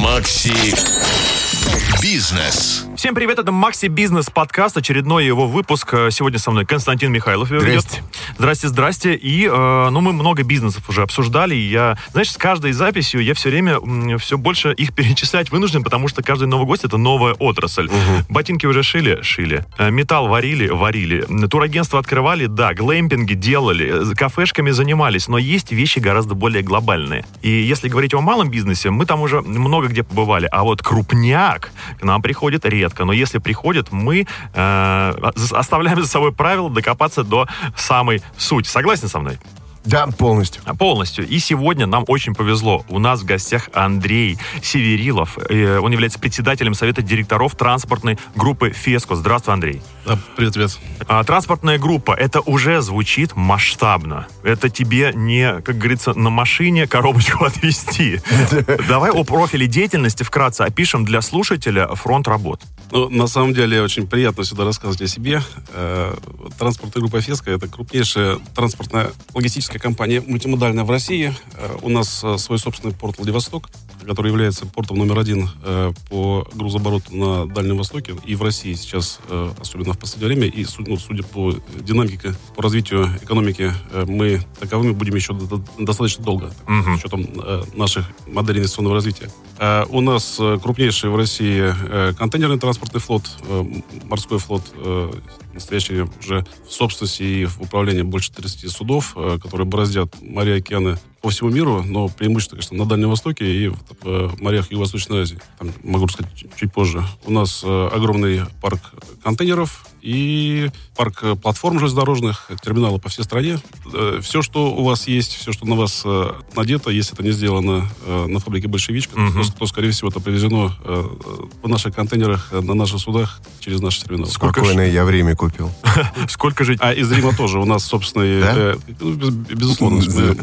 Макси Бизнес. Всем привет, это Макси Бизнес подкаст, очередной его выпуск. Сегодня со мной Константин Михайлов. Здрасте. И мы много бизнесов уже обсуждали. И знаешь, с каждой записью я все время все больше их перечислять вынужден, потому что каждый новый гость — это новая отрасль. Ботинки уже шили. Металл варили. Турагентство открывали, да. Глэмпинги делали. Кафешками занимались. Но есть вещи гораздо более глобальные. И если говорить о малом бизнесе, мы там уже много где побывали. А вот крупняк к нам приходит редко. Но если приходит, мы оставляем за собой правило докопаться до самой сути. Согласен со мной? Да, полностью. Полностью. И сегодня нам очень повезло. У нас в гостях Андрей Северилов. Он является председателем совета директоров транспортной группы «Феско». Здравствуй, Андрей. Да, привет. Транспортная группа, это уже звучит масштабно. Это тебе не, как говорится, на машине коробочку отвезти. Давай о профиле деятельности вкратце опишем для слушателя фронт работ. На самом деле, очень приятно сюда рассказывать о себе. Транспортная группа «Феско» — это крупнейшая транспортная логистическая компания мультимодальная в России. У нас свой собственный порт «Владивосток», который является портом номер один по грузообороту на Дальнем Востоке и в России сейчас, особенно в последнее время. И, судя по динамике, по развитию экономики, мы таковыми будем еще достаточно долго, с учетом наших моделей инвестиционного развития. У нас крупнейший в России контейнерный транспортный флот, морской флот, настоящий уже в собственности и в управлении больше 30 судов, которые бороздят моря и океаны по всему миру, но преимущественно, конечно, на Дальнем Востоке и в морях Юго-Восточной Азии. Там, могу рассказать чуть позже. У нас огромный парк контейнеров и парк платформ железнодорожных, терминалы по всей стране. Все, что у вас есть, все, что на вас надето, если это не сделано на фабрике «Большевичка», то, скорее всего, это привезено в наших контейнерах, на наших судах через наши терминалы. Спокойно, я в Риме купил. Сколько же... А из Рима тоже. У нас собственный... Безусловно.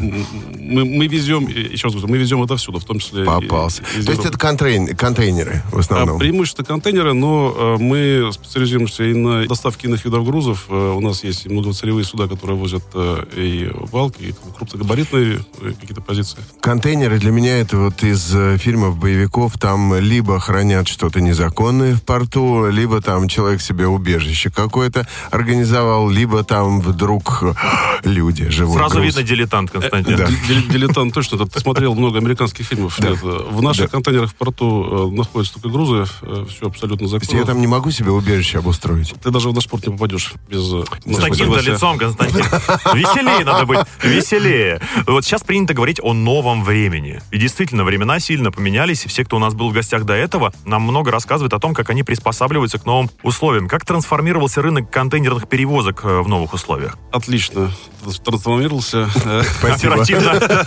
Мы везем, еще раз говорю, мы везем отовсюду, в том числе... Попался. То есть это контейнеры в основном? Преимущественно контейнеры, но мы специализируемся и на доставке иных видов грузов. У нас есть многоцелевые суда, которые возят и валки, и крупногабаритные какие-то позиции. Контейнеры для меня это вот из фильмов боевиков. Там либо хранят что-то незаконное в порту, либо там человек себе убежище какое-то организовал, либо там вдруг люди живут. Сразу видно дилетант, Константин. Да. Дилетант точно. Ты смотрел много американских фильмов. Да. В наших контейнерах в порту находятся только грузы. Все абсолютно законно. Я там не могу себе убежище обустроить. Ты даже в наш порт не попадешь без... С таким-то лицом, Константин. Веселее надо быть. Веселее. Вот сейчас принято говорить о новом времени. И действительно, времена сильно поменялись. И все, кто у нас был в гостях до этого, нам много рассказывают о том, как они приспосабливаются к новым условиям. Как трансформировался рынок контейнерных перевозок в новых условиях? Отлично. Трансформировался. Оперативно.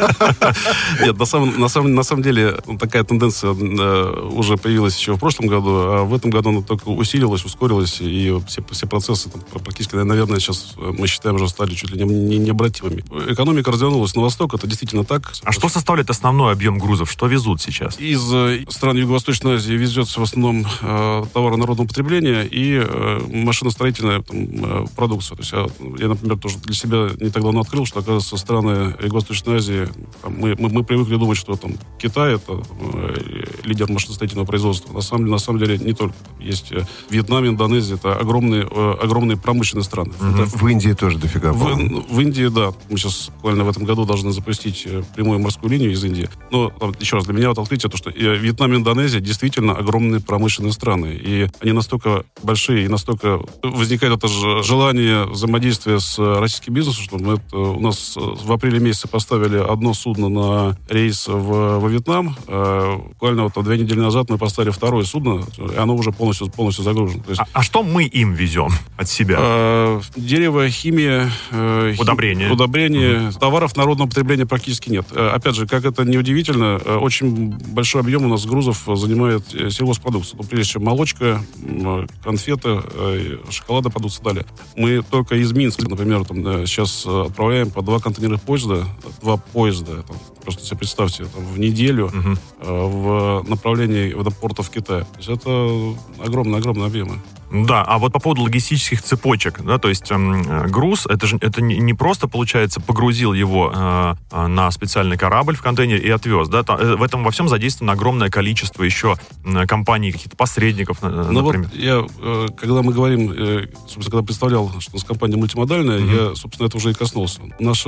Нет, на самом деле такая тенденция уже появилась еще в прошлом году, а в этом году она только усилилась, ускорилась, и все процессы практически, наверное, сейчас мы считаем, уже стали чуть ли не необратимыми. Экономика развернулась на восток, это действительно так. А что составляет основной объем грузов? Что везут сейчас? Из стран Юго-Восточной Азии везется в основном товары народного потребления и машиностроительная продукция. То есть я, например, тоже для себя не так давно открыл, что, оказывается, страны Юго-Восточной Азии, мы привыкли думать, что там Китай — это лидер машиностроительного производства. На самом деле не только. Есть Вьетнам, Индонезия, это огромные промышленные страны. В Индии тоже дофига. В Индии, да. Мы сейчас буквально в этом году должны запустить прямую морскую линию из Индии. Но, еще раз, для меня открытие, то, что Вьетнам и Индонезия действительно огромные промышленные страны. И они настолько большие, и настолько возникает это желание взаимодействия с российским бизнесом, что у нас в апреле месяце поставили одно судно на рейс во Вьетнам. Буквально 2 недели назад мы поставили второе судно, и оно уже полностью загружено. То есть, что мы им везем от себя? Дерево, химия, удобрения. Товаров народного потребления практически нет. Опять же, как это неудивительно, очень большой объем у нас грузов занимает сельхозпродукция. Прежде всего молочка, конфеты, шоколадопродукция далее. Мы только из Минска, например, сейчас отправляем по 2 контейнерных поезда. 2 поезда. Просто себе представьте, в неделю в направлении водопортов Китая. То есть это огромные объемы. Да, а вот по поводу логистических цепочек, да, то есть груз, это не просто, получается, погрузил его на специальный корабль в контейнер и отвез, да, в этом во всем задействовано огромное количество еще компаний, каких-то посредников, например. Вот когда мы говорим, собственно, когда представлял, что у нас компания мультимодальная, я, собственно, это уже и коснулся.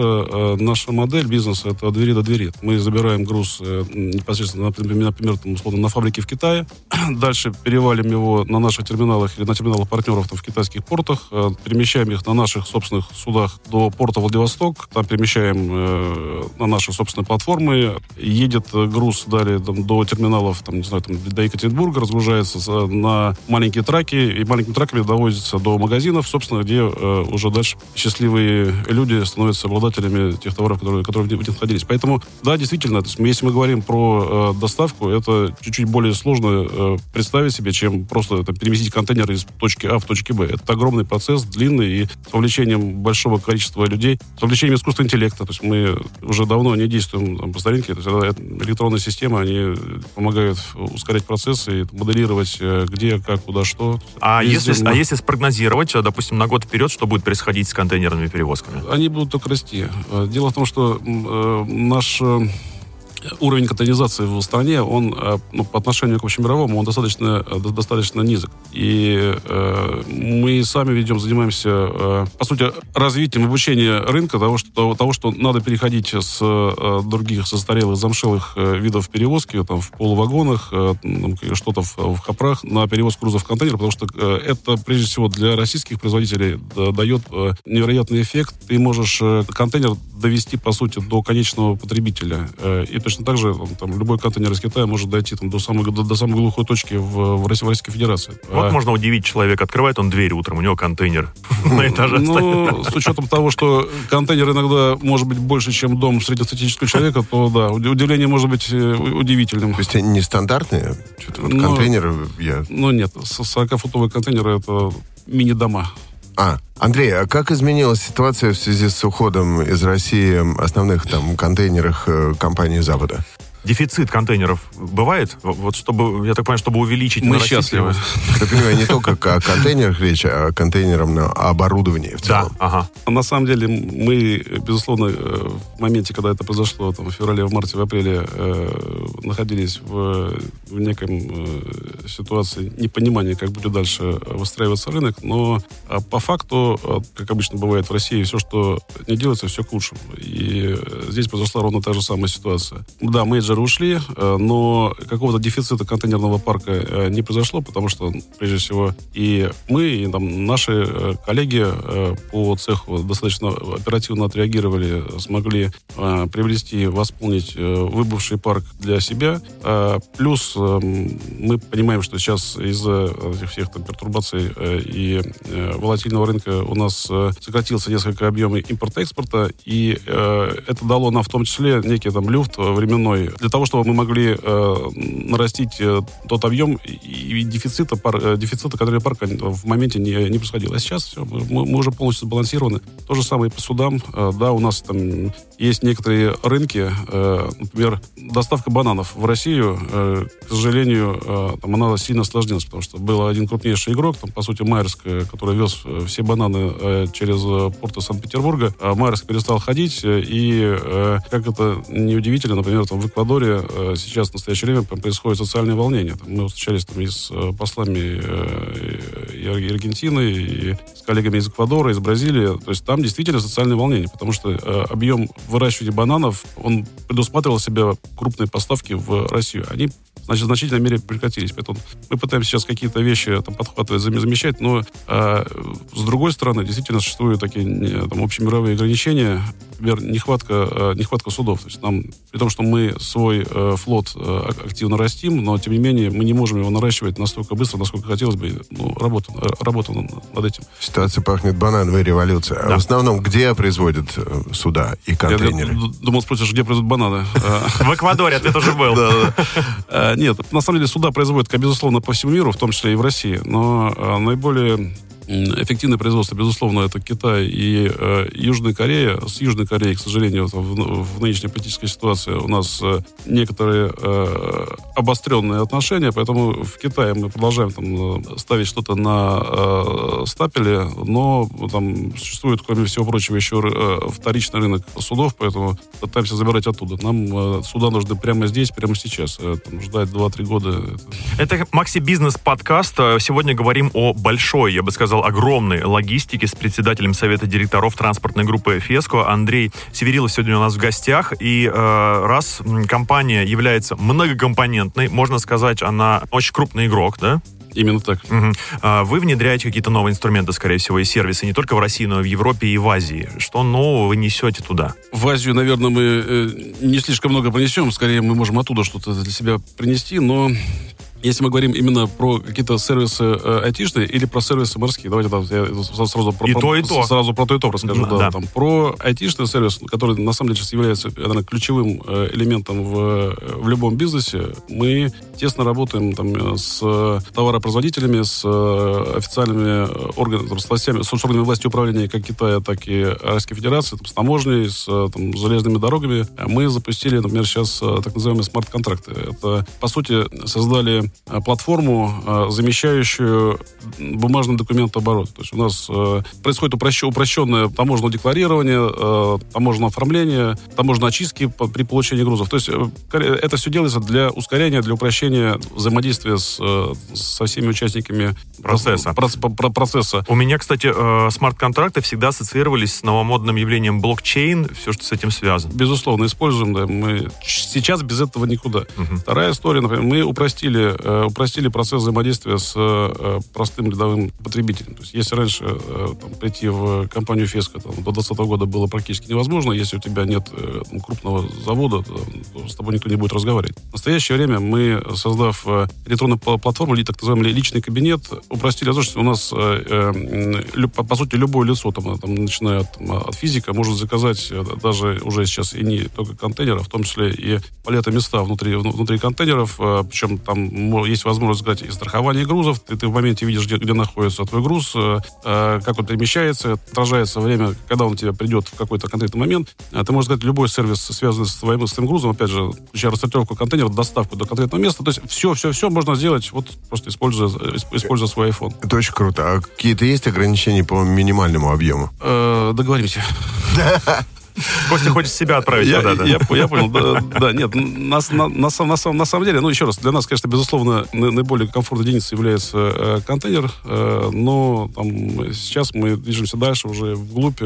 Наша модель бизнеса — это от двери до двери. Мы забираем груз непосредственно, например, там, условно, на фабрике в Китае, дальше перевалим его на наших терминалах или на терминалах партнеров там, в китайских портах, перемещаем их на наших собственных судах до порта Владивосток, там перемещаем на наши собственные платформы, едет груз далее там, до терминалов, там, не знаю, там, до Екатеринбурга, разгружается на маленькие траки, и маленькими траками довозится до магазинов, собственно, где уже дальше счастливые люди становятся обладателями тех товаров, которые в них находились. Поэтому, да, действительно, то есть, если мы говорим про доставку, это чуть-чуть более сложно представить себе, чем просто переместить контейнер из точки А в точке Б. Это огромный процесс, длинный, и с вовлечением большого количества людей, с вовлечением искусственного интеллекта. То есть мы уже давно не действуем там, по старинке. То есть электронные системы, они помогают ускорять процессы, моделировать где, как, куда, что. А если спрогнозировать, допустим, на год вперед, что будет происходить с контейнерными перевозками? Они будут только расти. Дело в том, что наш уровень контейнеризации в стране, он по отношению к общемировому, он достаточно низок. И мы сами занимаемся, по сути, развитием, обучением рынка того, что надо переходить с других застарелых, замшелых видов перевозки, там, в полувагонах, что-то в хопрах, на перевозку грузов в контейнер, потому что это, прежде всего, для российских производителей дает невероятный эффект. Ты можешь контейнер довести, по сути, до конечного потребителя. И точно так же там, любой контейнер из Китая может дойти там, до самой глухой точки в Российской Федерации. Вот можно удивить человека. Открывает он дверь утром, у него контейнер на этаже стоит. С учетом того, что контейнер иногда может быть больше, чем дом среднестатистического человека, то да, удивление может быть удивительным. То есть они нестандартные? Что-то вот контейнеры... Нет, 40-футовые контейнеры — это мини-дома. Андрей, а как изменилась ситуация в связи с уходом из России основных там контейнеров компании Запада? Дефицит контейнеров бывает? Вот чтобы, я так понимаю, чтобы увеличить... Мы счастливы. Я понимаю, не только о контейнерах речь, а о контейнерах на оборудовании в целом. Да, ага. На самом деле, мы, безусловно, в моменте, когда это произошло, там, в феврале, в марте, в апреле, находились в неком ситуации непонимания, как будет дальше выстраиваться рынок, но по факту, как обычно бывает в России, все, что не делается, все к лучшему. И здесь произошла ровно та же самая ситуация. Да, менеджеры ушли, но какого-то дефицита контейнерного парка не произошло, потому что, прежде всего, и мы, и там, наши коллеги по цеху достаточно оперативно отреагировали, смогли приобрести, восполнить выбывший парк для себя. Плюс мы понимаем, что сейчас из-за этих всех там, пертурбаций и волатильного рынка у нас сократился несколько объемов импорта-экспорта, и это дало нам в том числе некий там люфт временной для того, чтобы мы могли нарастить тот объем и дефицита контейнерного парка в моменте не происходило. А сейчас все, мы уже полностью сбалансированы. То же самое и по судам. Да, у нас там есть некоторые рынки, например, доставка бананов в Россию, к сожалению, там она сильно осложнилась, потому что был один крупнейший игрок, там, по сути, Майерск, который вез все бананы через порты Санкт-Петербурга. Майерск перестал ходить, и, как это неудивительно, например, там в Эквадоре сейчас в настоящее время происходит социальное волнение. Там мы встречались там и с послами и Аргентины, и с коллегами из Эквадора, из Бразилии. То есть там действительно социальное волнение, потому что объем выращивания бананов, он предусматривал себе крупные поставки в Россию. Они, значит, в значительной мере прекратились. Поэтому мы пытаемся сейчас какие-то вещи там подхватывать, замещать, но с другой стороны, действительно существуют такие там, общемировые ограничения, например, нехватка судов. То есть нам, при том, что мы свой флот активно растим, но, тем не менее, мы не можем его наращивать настолько быстро, насколько хотелось бы. Работаем над этим. Ситуация пахнет банановой революцией. Да. А в основном где производят суда и контейнеры? Я думал, спросишь, где производят бананы. В Эквадоре, ответ уже был. Нет, на самом деле суда производят, безусловно, по всему миру, в том числе и в России, но наиболее эффективное производство, безусловно, это Китай и Южная Корея. С Южной Кореей, к сожалению, в нынешней политической ситуации у нас некоторые обостренные отношения, поэтому в Китае мы продолжаем там ставить что-то на стапеле, но там существует, кроме всего прочего, еще вторичный рынок судов, поэтому пытаемся забирать оттуда. Нам суда нужны прямо здесь, прямо сейчас. Там, ждать 2-3 года. Это Макси Бизнес подкаст. Сегодня говорим о большой, я бы сказал, огромной логистике с председателем Совета директоров транспортной группы «Феско». Андрей Северилов сегодня у нас в гостях. И раз компания является многокомпонентной, можно сказать, она очень крупный игрок, да? Именно так. Угу. Вы внедряете какие-то новые инструменты, скорее всего, и сервисы не только в России, но и в Европе и в Азии. Что нового вы несете туда? В Азию, наверное, мы не слишком много принесем. Скорее, мы можем оттуда что-то для себя принести, но... Если мы говорим именно про какие-то сервисы айтишные или про сервисы морские, давайте я сразу про то и то расскажу. Да. Там, про айтишный сервис, который на самом деле сейчас является, наверное, ключевым элементом в любом бизнесе, мы тесно работаем там, с товаропроизводителями, с официальными органами, с органами власти управления как Китая, так и Российской Федерации, там, с таможней, с железными дорогами. Мы запустили, например, сейчас так называемые смарт-контракты. Это, по сути, создали платформу, замещающую бумажный документооборот. То есть у нас происходит упрощенное таможенное декларирование, таможенное оформление, таможенные очистки при получении грузов. То есть это все делается для ускорения, для упрощения взаимодействия со всеми участниками процесса. У меня, кстати, смарт-контракты всегда ассоциировались с новомодным явлением блокчейн, все, что с этим связано. Безусловно, используем, да. Мы сейчас без этого никуда. Вторая история, например, мы упростили процесс взаимодействия с простым рядовым потребителем. То есть, если раньше прийти в компанию «Феско» до 2020 года было практически невозможно, если у тебя нет крупного завода, то с тобой никто не будет разговаривать. В настоящее время мы, создав электронную платформу, или так называемый личный кабинет, упростили возможность. У нас, по сути, любое лицо, начиная от физика, может заказать даже уже сейчас и не только контейнеры, в том числе и палеты-места внутри контейнеров, причем там есть возможность сказать и страхование грузов. Ты в моменте видишь, где находится твой груз, как он перемещается, отражается время, когда он тебе придет в какой-то конкретный момент. Ты можешь сказать, любой сервис, связанный с твоим грузом, опять же, включая рассортировку контейнера, доставку до конкретного места. То есть все можно сделать, вот просто используя свой iPhone. Это очень круто. А какие-то есть ограничения по минимальному объему? Договоримся. Костя хочет себя отправить куда-то. Я понял. Да, нет, на самом деле, еще раз, для нас, конечно, безусловно, наиболее комфортной единицей является контейнер, но там, сейчас мы движемся дальше уже вглубь,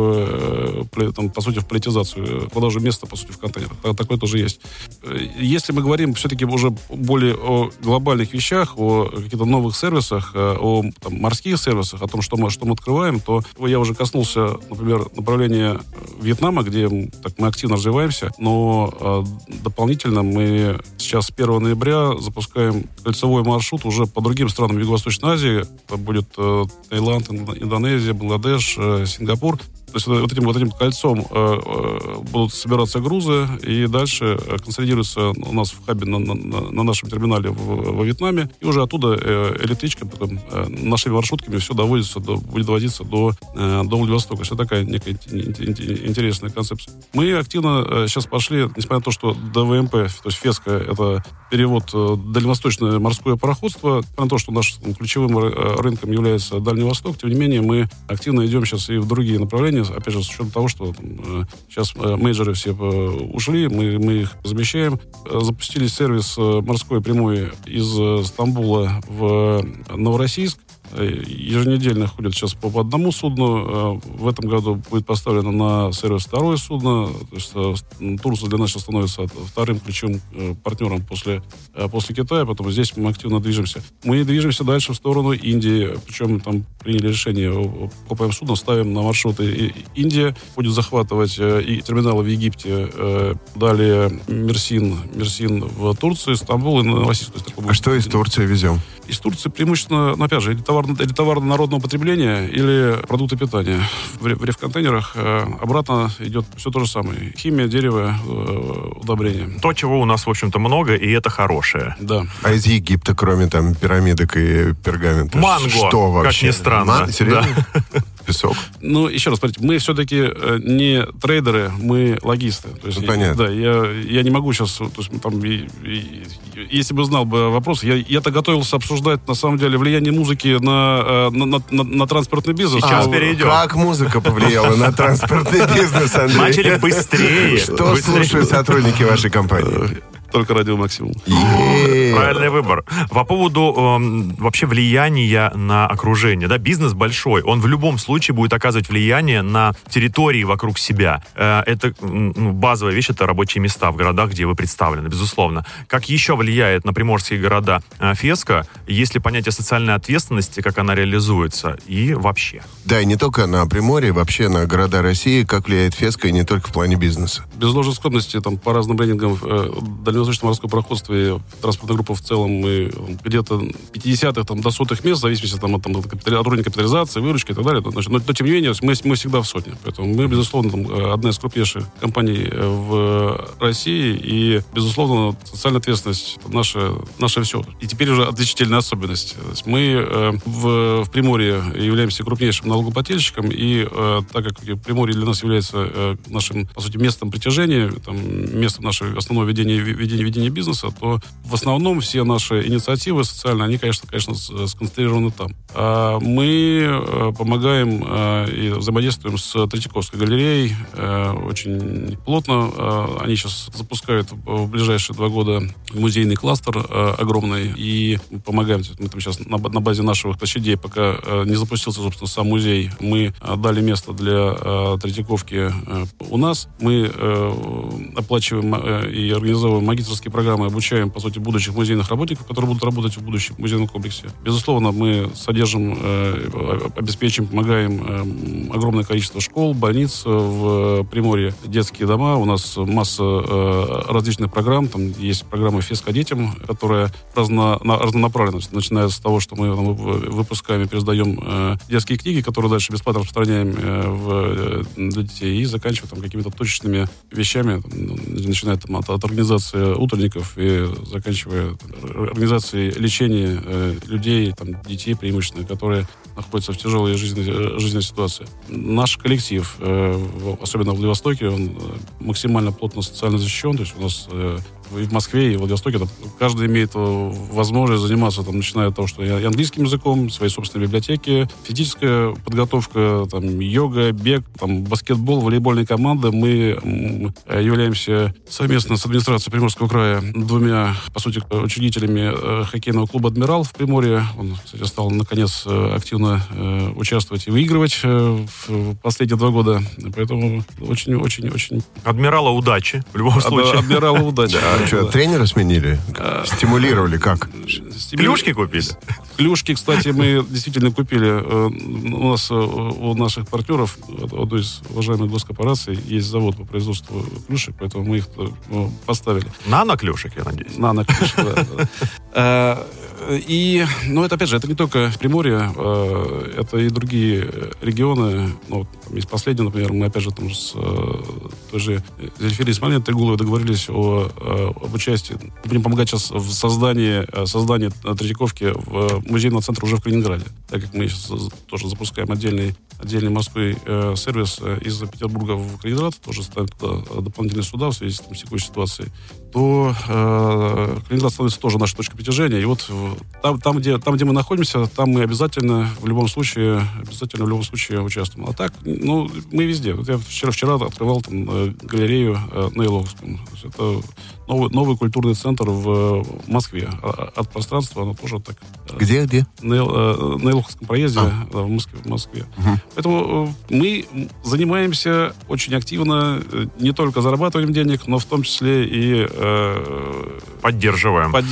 по сути, в палетизацию, продажу места, по сути, в контейнерах. Такое тоже есть. Если мы говорим все-таки уже более о глобальных вещах, о каких-то новых сервисах, о морских сервисах, о том, что мы открываем, то я уже коснулся, например, направления Вьетнама, где мы активно развиваемся, но дополнительно мы сейчас с 1 ноября запускаем кольцевой маршрут уже по другим странам Юго-Восточной Азии. Это будет Таиланд, Индонезия, Бангладеш, Сингапур. То есть вот этим кольцом будут собираться грузы, и дальше консолидируются у нас в хабе на нашем терминале во Вьетнаме, и уже оттуда электричкой, нашими маршрутками все будет доводиться до Владивостока. Это такая некая интересная концепция. Мы активно сейчас пошли, несмотря на то, что ДВМП, то есть Феско, это перевод дальневосточное морское пароходство, несмотря на то, что нашим ключевым рынком является Дальний Восток, тем не менее мы активно идем сейчас и в другие направления, опять же, с учетом того, что сейчас мейджоры все ушли, мы их замещаем. Запустили сервис морской прямой из Стамбула в Новороссийск. Еженедельно ходят сейчас по одному судну. В этом году будет поставлено на сервис второе судно. То есть Турция для нас сейчас становится вторым ключевым партнером после Китая. Поэтому здесь мы активно движемся. Мы движемся дальше в сторону Индии. Причем там приняли решение, покупаем судно, ставим на маршруты. Индия будет захватывать и терминалы в Египте. Далее Мерсин в Турции, Стамбул и Новороссийск. А что из Турции везем? Из Турции преимущественно, ну, опять же, или товар народного потребления, или продукты питания. В рефконтейнерах обратно идет все то же самое. Химия, дерево, удобрения. То, чего у нас, в общем-то, много, и это хорошее. Да. А из Египта, кроме там пирамидок и пергамента? Манго, что вообще? как ни странно. Серьезно? Песок? Ну, еще раз, смотрите, мы все-таки не трейдеры, мы логисты. То есть, понятно. Да, я не могу сейчас, то есть, там, если бы знал бы вопрос, я-то готовился обсуждать, на самом деле, влияние музыки на транспортный бизнес. Сейчас перейдем. Как музыка повлияла на транспортный бизнес, Андрей? Начали быстрее. Что слушают сотрудники вашей компании? Только радио «Максимум». Правильный выбор. По поводу вообще влияния на окружение. Да, бизнес большой, он в любом случае будет оказывать влияние на территории вокруг себя. Это базовая вещь, это рабочие места в городах, где вы представлены, безусловно. Как еще влияет на приморские города Феска, есть ли понятие социальной ответственности, как она реализуется, и вообще? Да, и не только на Приморье, вообще на города России, как влияет Феска, и не только в плане бизнеса. Без ложной скромности, там, по разным брендингам дальневосточное морское пароходство и транспортная группа в целом, мы где-то 50-х там, до 100-х мест, в зависимости там, от уровня капитализации, выручки и так далее. Но тем не менее, мы всегда в сотне. Поэтому мы, безусловно, там, одна из крупнейших компаний в России, и, безусловно, социальная ответственность — наше все. И теперь уже отличительная особенность. То есть мы в Приморье являемся крупнейшим налогоплательщиком, и так как Приморье для нас является нашим, по сути, местом притяжения, там, местом нашего основного ведения бизнеса, то в основном все наши инициативы социальные, они, конечно, сконцентрированы там. Мы помогаем и взаимодействуем с Третьяковской галереей очень плотно. Они сейчас запускают в ближайшие 2 года музейный кластер огромный, и помогаем. Мы там сейчас на базе наших площадей, пока не запустился, собственно, сам музей, мы дали место для Третьяковки у нас. Мы оплачиваем и организовываем магистерские программы, обучаем, по сути, будущих музейных работников, которые будут работать в будущем музейном комплексе. Безусловно, мы содержим, обеспечим, помогаем огромное количество школ, больниц в Приморье, детские дома. У нас масса различных программ. Там есть программа «Феска детям», которая разнонаправленная, начиная с того, что мы выпускаем и пересдаем детские книги, которые дальше бесплатно распространяем для детей, и заканчивая там какими-то точечными вещами, начиная там, от организации утренников и заканчивая организацией лечения людей, там, детей преимущественно, которые находятся в тяжелой жизненной ситуации. Наш коллектив, особенно в Владивостоке, он максимально плотно социально защищен. То есть у нас и в Москве, и в Владивостоке там, каждый имеет возможность заниматься, там, начиная от того, что и английским языком, своей собственной библиотеки, физическая подготовка, там, йога, бег, там, баскетбол, волейбольные команды. Мы являемся совместно с администрацией Приморского края 2, по сути, учредителями хоккейного клуба «Адмирал» в Приморье. Он, кстати, стал, наконец, активно участвовать и выигрывать в последние 2 года. Поэтому очень-очень-очень... Адмирала удачи, в любом случае. Адмирала удачи. А что, тренера сменили? Стимулировали как? Клюшки купили? Клюшки, кстати, мы действительно купили. У нас, у наших партнеров, одной из уважаемых госкорпораций, есть завод по производству клюшек, поэтому мы их поставили. Нано-клюшек, я надеюсь. Нано-клюшек, да. И, ну, это, опять же, это не только Приморье, это и другие регионы. Ну, там есть последний, например, мы, опять же, там с той же Зельфирой Исмаиловной Трегуловой договорились об участии. Будем помогать сейчас в создании Третьяковки в музейного центра уже в Калининграде, так как мы сейчас тоже запускаем отдельный морской сервис из Петербурга в Калининград, тоже ставим туда дополнительные суда в связи с текущей ситуацией, то Калининград становится тоже нашей точкой притяжения. И вот там, где мы находимся, там мы обязательно в любом случае участвуем. А так, ну, мы везде. Вот я вчера открывал там галерею на Иловском. Это новый культурный центр в Москве. От пространства оно тоже так... Где? На Иловском проезде в Москве. Угу. Поэтому мы занимаемся очень активно не только зарабатыванием денег, но в том числе и... Поддерживаем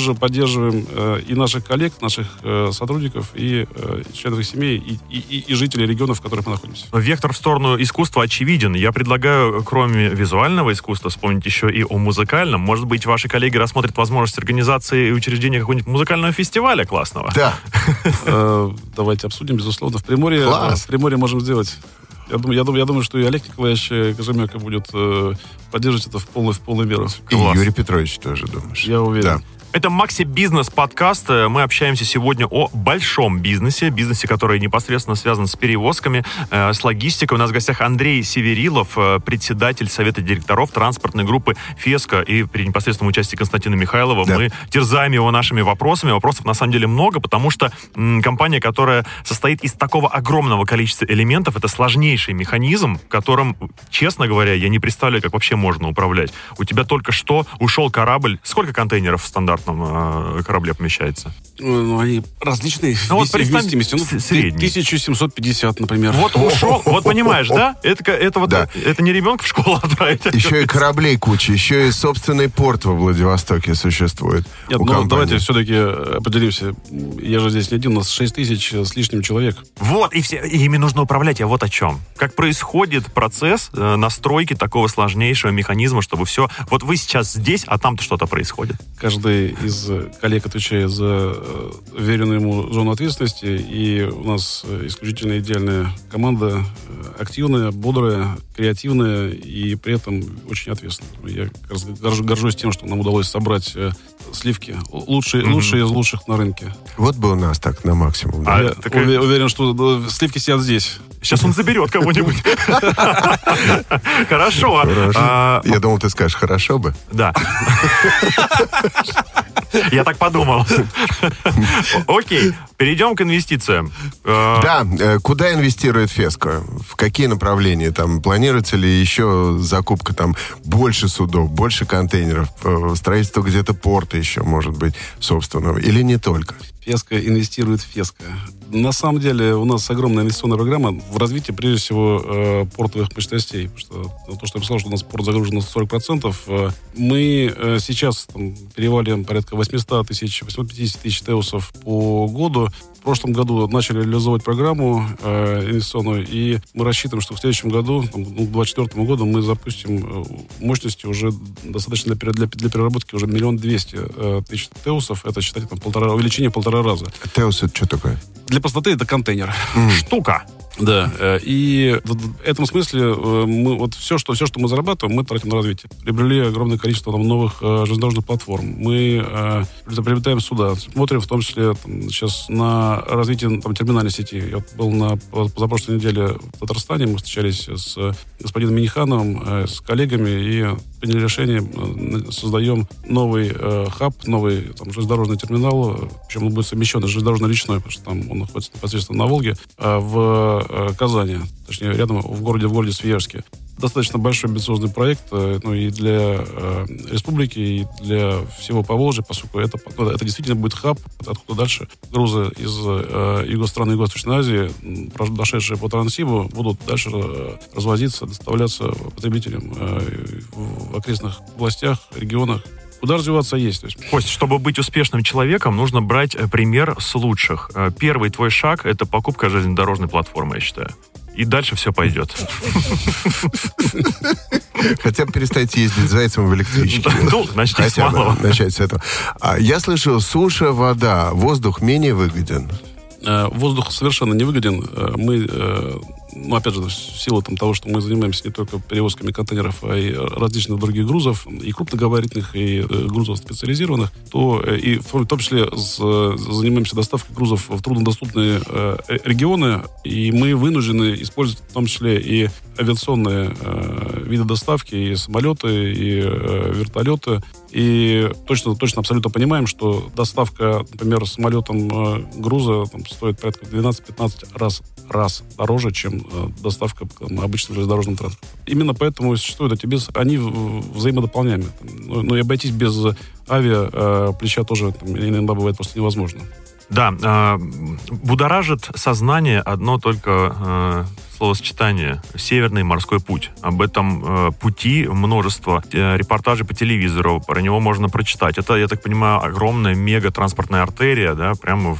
и наших коллег, наших сотрудников, и членов их семей, и жителей регионов, в которых мы находимся. Вектор в сторону искусства очевиден. Я предлагаю, кроме визуального искусства, вспомнить еще и о музыкальном. музыкальном. Может быть, ваши коллеги рассмотрят возможность организации и учреждения какого-нибудь музыкального фестиваля классного? Да. Давайте обсудим, безусловно. В Приморье можем сделать. Я думаю, что и Олег Николаевич Кожемяка будет поддерживать это в полную меру. И Юрий Петрович тоже, думаешь? Я уверен. Да. Это Макси Бизнес подкаст. Мы общаемся сегодня о большом бизнесе, который непосредственно связан с перевозками, с логистикой. У нас в гостях Андрей Северилов, председатель совета директоров транспортной группы «Феска». И при непосредственном участии Константина Михайлова мы терзаем его нашими вопросами. Вопросов на самом деле много, потому что компания, которая состоит из такого огромного количества элементов, это сложнейший механизм, которым, честно говоря, я не представляю, как вообще можно управлять. У тебя только что ушел корабль. Сколько контейнеров в стандартном корабле помещается? Они различные вместимости. Средний. 1750, например. Вот ушел, вот понимаешь, да? Это не ребенка в школу отправить. Еще и кораблей куча, еще и собственный порт во Владивостоке существует. Нет, давайте все-таки определимся. Я же здесь не один, у нас 6 тысяч с лишним человек. Вот, и ими нужно управлять, а вот о чем. Как происходит процесс настройки такого сложнейшего механизма, чтобы все... Вот вы сейчас здесь, а там-то что-то происходит. Каждый из коллег отвечает за веренную ему зону ответственности, и у нас исключительно идеальная команда, активная, бодрая, креативная и при этом очень ответственная. Я горжусь тем, что нам удалось собрать сливки, лучшие из лучших на рынке. Вот бы у нас так на максимум. Да? Я уверен, что сливки сидят здесь. Сейчас он заберет кого-нибудь. Хорошо. Я думал, ты скажешь, хорошо бы. Да. Я так подумал. Окей, перейдем к инвестициям. Да, куда инвестирует Феска? В какие направления? Там планируется ли еще закупка там больше судов, больше контейнеров, строительство где-то порта еще, может быть, собственного, или не только? Феска инвестирует в Феска. На самом деле у нас огромная инвестиционная программа в развитии, прежде всего, портовых мощностей. Потому что то, что я сказал, что у нас порт загружен на 40%, мы сейчас переваливаем порядка 800 тысяч, 850 тысяч теусов по году. В прошлом году начали реализовывать программу инвестиционную, и мы рассчитываем, что в следующем году, к 2024 году, мы запустим мощности уже достаточно для переработки уже 1 200 000 теусов. Это, считайте, увеличение в 1,5 раза. Теус — это что такое? Для простоты это контейнер. Штука. Да, и в этом смысле мы вот все, что мы зарабатываем, мы тратим на развитие. Приобрели огромное количество новых железнодорожных платформ. Мы приобретаем суда, смотрим в том числе сейчас на развитие терминальной сети. Я был на позапрошлой неделе в Татарстане, мы встречались с господином Минихановым, с коллегами и приняли решение, создаем новый хаб, новый железнодорожный терминал, причем он будет совмещен железнодорожно-речной, потому что там он находится непосредственно на Волге, в Казани, точнее, рядом в городе Свияжске. Достаточно большой амбициозный проект, и для республики, и для всего Поволжья, поскольку это действительно будет хаб, откуда дальше грузы из стран Юго-Восточной Азии, дошедшие по Транссибу, будут дальше развозиться, доставляться потребителям в окрестных областях, регионах. Куда развиваться есть. Кость, чтобы быть успешным человеком, нужно брать пример с лучших. Первый твой шаг — это покупка железнодорожной платформы, я считаю. И дальше все пойдет. Хотя бы перестать ездить зайцем в электричке. Начните с малого. Начать с этого. Я слышал, суша, вода, воздух менее выгоден. Воздух совершенно не выгоден. Мы, опять же, в силу того, что мы занимаемся не только перевозками контейнеров, а и различных других грузов, и крупногабаритных, и грузов специализированных, то и в том числе занимаемся доставкой грузов в труднодоступные регионы, и мы вынуждены использовать в том числе и авиационные виды доставки, и самолеты, и вертолеты. И точно абсолютно понимаем, что доставка, например, самолетом груза стоит порядка 12-15 раз дороже, чем доставка обычным железнодорожным транспортом. Именно поэтому существуют эти бизнесы. Они взаимодополняемы. Но и обойтись без авиаплеча тоже иногда бывает просто невозможно. Да, будоражит сознание одно только словосочетание «Северный морской путь». Об этом пути множество репортажей по телевизору, про него можно прочитать. Это, я так понимаю, огромная мега-транспортная артерия, да, прямо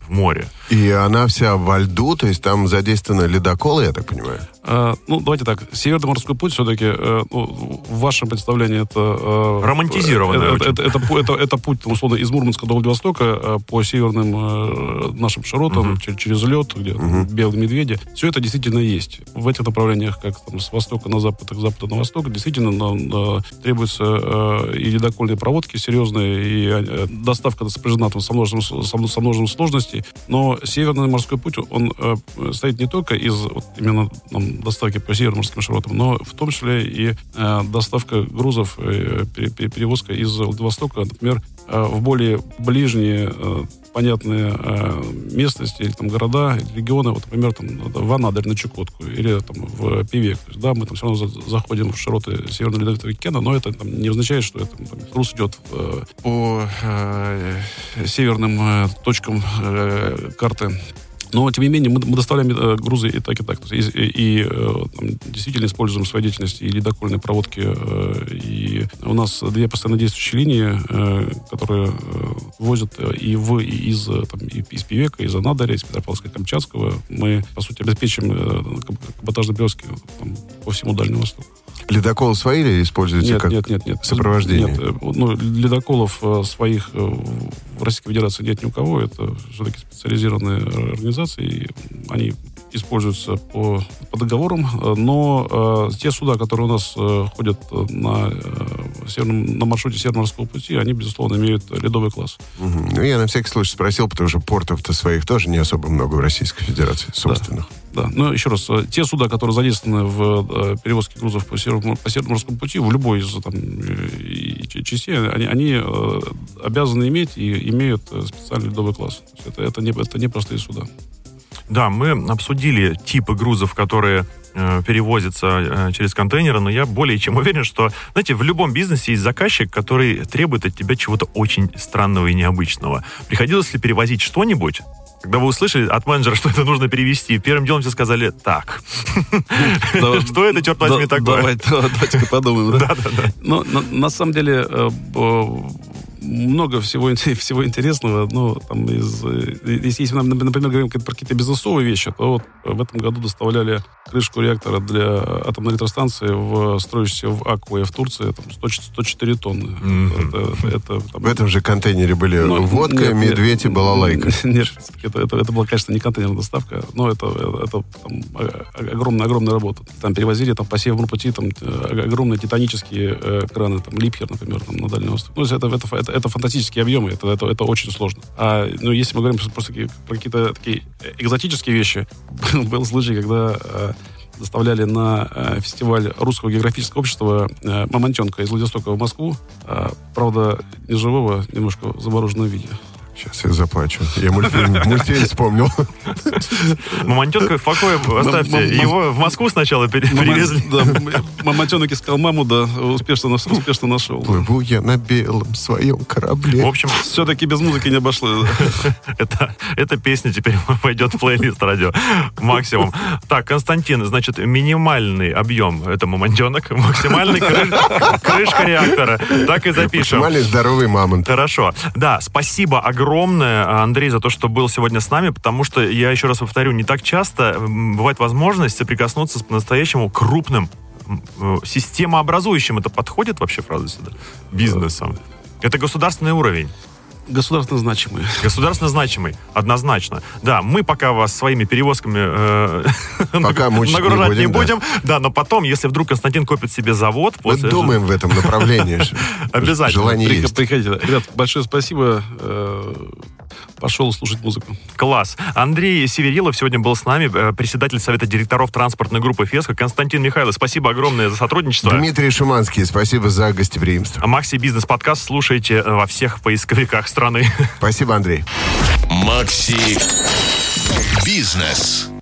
в море. И она вся во льду, то есть там задействованы ледоколы, я так понимаю? Давайте так. Северный морской путь все-таки, в вашем представлении, это... Романтизированное. Это путь, условно, из Мурманска до Владивостока по северным нашим широтам, через лед, где белые медведи. Все это действительно есть. В этих направлениях, как там, с востока на запад, так с запада на восток, действительно требуются и ледокольные проводки серьезные, и доставка сопряжена там, со множеством сложностей. Но Северный морской путь, он состоит не только из именно доставки по северно-морским широтам, но в том числе и доставка грузов, перевозка из Владивостока, например, в более ближние, понятные местности, или там города, или регионы, вот, например, там, в Анадырь на Чукотку, или там в Певек. То есть, да, мы там все равно заходим в широты Северного Ледовитого океана, но это там, не означает, что это, там, груз идет по северным точкам карты. Но, тем не менее, мы доставляем грузы и так, и так. И действительно используем в своей деятельности и ледокольные проводки. И у нас 2 постоянно действующие линии, которые возят и из Певека, из Анадыря, из Петропавловска-Камчатского. Мы, по сути, обеспечим каботажные перевозки по всему Дальнему Востоку. Ледоколы свои или используются нет. сопровождение? Нет, ледоколов своих в Российской Федерации нет ни у кого. Это все-таки специализированные организации. И они используются по договорам. Но те суда, которые у нас ходят на маршруте Северного морского пути, они, безусловно, имеют ледовый класс. Ну, я на всякий случай спросил, потому что портов-то своих тоже не особо много в Российской Федерации собственных. Да, но еще раз, те суда, которые задействованы в перевозке грузов по Северному морскому пути, в любой из частей, они обязаны иметь и имеют специальный ледовый класс. Это не простые суда. Да, мы обсудили типы грузов, которые перевозятся через контейнеры, но я более чем уверен, что, знаете, в любом бизнесе есть заказчик, который требует от тебя чего-то очень странного и необычного. Приходилось ли перевозить что-нибудь? Когда вы услышали от менеджера, что это нужно перевести, первым делом все сказали: так, что это, черт возьми, такое? Давайте-ка подумаем. Да. Но на самом деле много всего интересного. Ну, там если мы, например, говорим про какие-то бизнесовые вещи, то вот в этом году доставляли крышку реактора для атомной электростанции в строящейся в Акве в Турции, там, 104 тонны. В этом же контейнере были водка, медведь и балалайка. Нет, это была, конечно, не контейнерная доставка, но это огромная работа. Там перевозили по Северному пути огромные титанические краны, Липхер, например, на Дальнем Востоке. Ну, это фантастические объемы, это очень сложно. Если мы говорим просто про какие-то такие экзотические вещи, был случай, когда доставляли на фестиваль Русского географического общества мамонтенка из Владивостока в Москву, правда, не живого, немножко в замороженном виде. Сейчас я заплачу. Я мультфильм вспомнил. Мамонтенка в покое оставьте. Его в Москву сначала перевезли. Мамонтенок искал маму, да, успешно нашел. Плыву я на белом своем корабле. В общем, все-таки без музыки не обошлось. Эта песня теперь пойдет в плейлист радио. Максимум. Так, Константин, значит, минимальный объем — это мамонтенок, максимальный крышка реактора. Так и запишем. Максимальный здоровый мамонт. Хорошо. Да, спасибо огромное, Андрей, за то, что был сегодня с нами, потому что, я еще раз повторю, не так часто бывает возможность соприкоснуться с по-настоящему крупным системообразующим. Это подходит вообще фраза сюда? Бизнесом. Это государственный уровень. Государственно значимый. Государственно значимый, однозначно. Да, мы пока вас своими перевозками нагружать не будем. Да, но потом, если вдруг Константин купит себе завод... Мы думаем в этом направлении. Обязательно. Желание есть. Приходите. Ребят, большое спасибо. Пошел слушать музыку. Класс. Андрей Северилов сегодня был с нами, председатель Совета директоров транспортной группы «Феска». Константин Михайлов, спасибо огромное за сотрудничество. Дмитрий Шуманский, спасибо за гостеприимство. Макси Бизнес-подкаст слушайте во всех поисковиках страны. Спасибо, Андрей. Макси Бизнес.